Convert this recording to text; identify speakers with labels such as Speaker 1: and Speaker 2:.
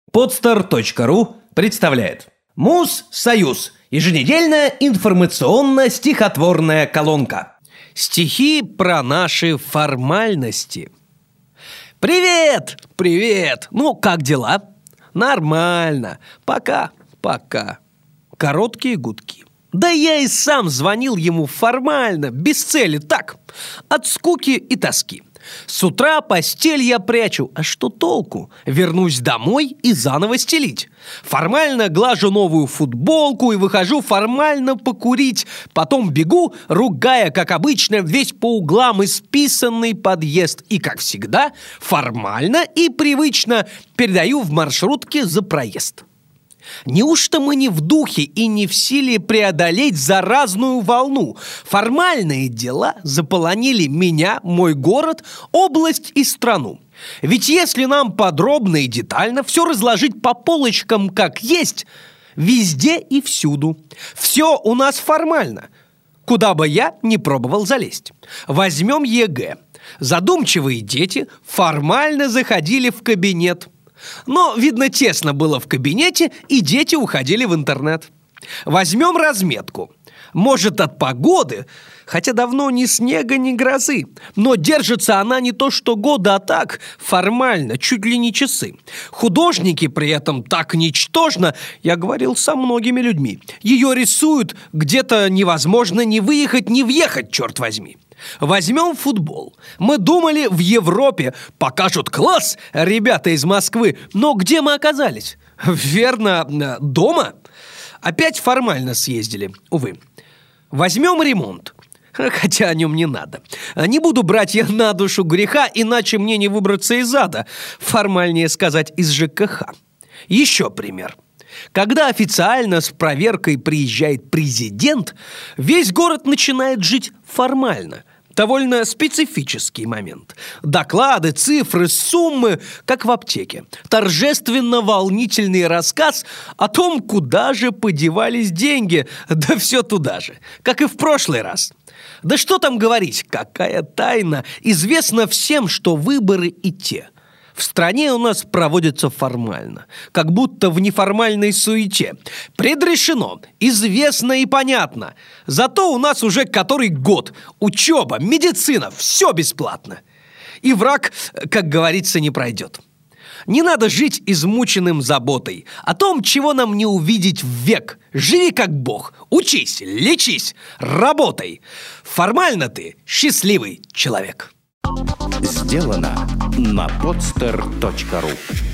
Speaker 1: Podster.ru представляет Муз-Союз. Еженедельная информационно-стихотворная колонка.
Speaker 2: Стихи про наши формальности. Привет! Привет! Ну, как дела? Нормально. Пока. Короткие гудки. Да я и сам звонил ему формально, без цели, так, от скуки и тоски. С утра постель я прячу, а что толку? Вернусь домой и заново стелить. Формально глажу новую футболку и выхожу формально покурить. Потом бегу, ругая, как обычно, весь по углам исписанный подъезд. И, как всегда, формально и привычно передаю в маршрутке за проезд. Неужто мы не в духе и не в силе преодолеть заразную волну? Формальные дела заполонили меня, мой город, область и страну. Ведь если нам подробно и детально все разложить по полочкам как есть, везде и всюду, все у нас формально, куда бы я ни пробовал залезть. Возьмем ЕГЭ. Задумчивые дети формально заходили в кабинет. Но, видно, тесно было в кабинете, и дети уходили в интернет. Возьмем разметку. Может, от погоды, хотя давно ни снега, ни грозы. Но держится она не то что года, а так, формально, чуть ли не часы. Художники при этом так ничтожно, я говорил со многими людьми, ее рисуют, где-то невозможно ни выехать, ни въехать, черт возьми. Возьмем футбол. Мы думали, в Европе покажут класс ребята из Москвы, но где мы оказались? Верно, дома. Опять формально съездили, увы. Возьмем ремонт. Хотя о нем не надо. Не буду брать я на душу греха, иначе мне не выбраться из ада. Формальнее сказать, из ЖКХ. Еще пример. Когда официально с проверкой приезжает президент, весь город начинает жить формально. Довольно специфический момент. Доклады, цифры, суммы, как в аптеке. Торжественно-волнительный рассказ о том, куда же подевались деньги. Да все туда же, как и в прошлый раз. Да что там говорить, какая тайна. Известно всем, что выборы и те в стране у нас проводятся формально, как будто в неформальной суете. Предрешено, известно и понятно. Зато у нас уже который год учеба, медицина, все бесплатно. И враг, как говорится, не пройдет. Не надо жить измученным заботой о том, чего нам не увидеть век. Живи как Бог, учись, лечись, работай. Формально ты счастливый человек.
Speaker 3: Сделано на podster.ru.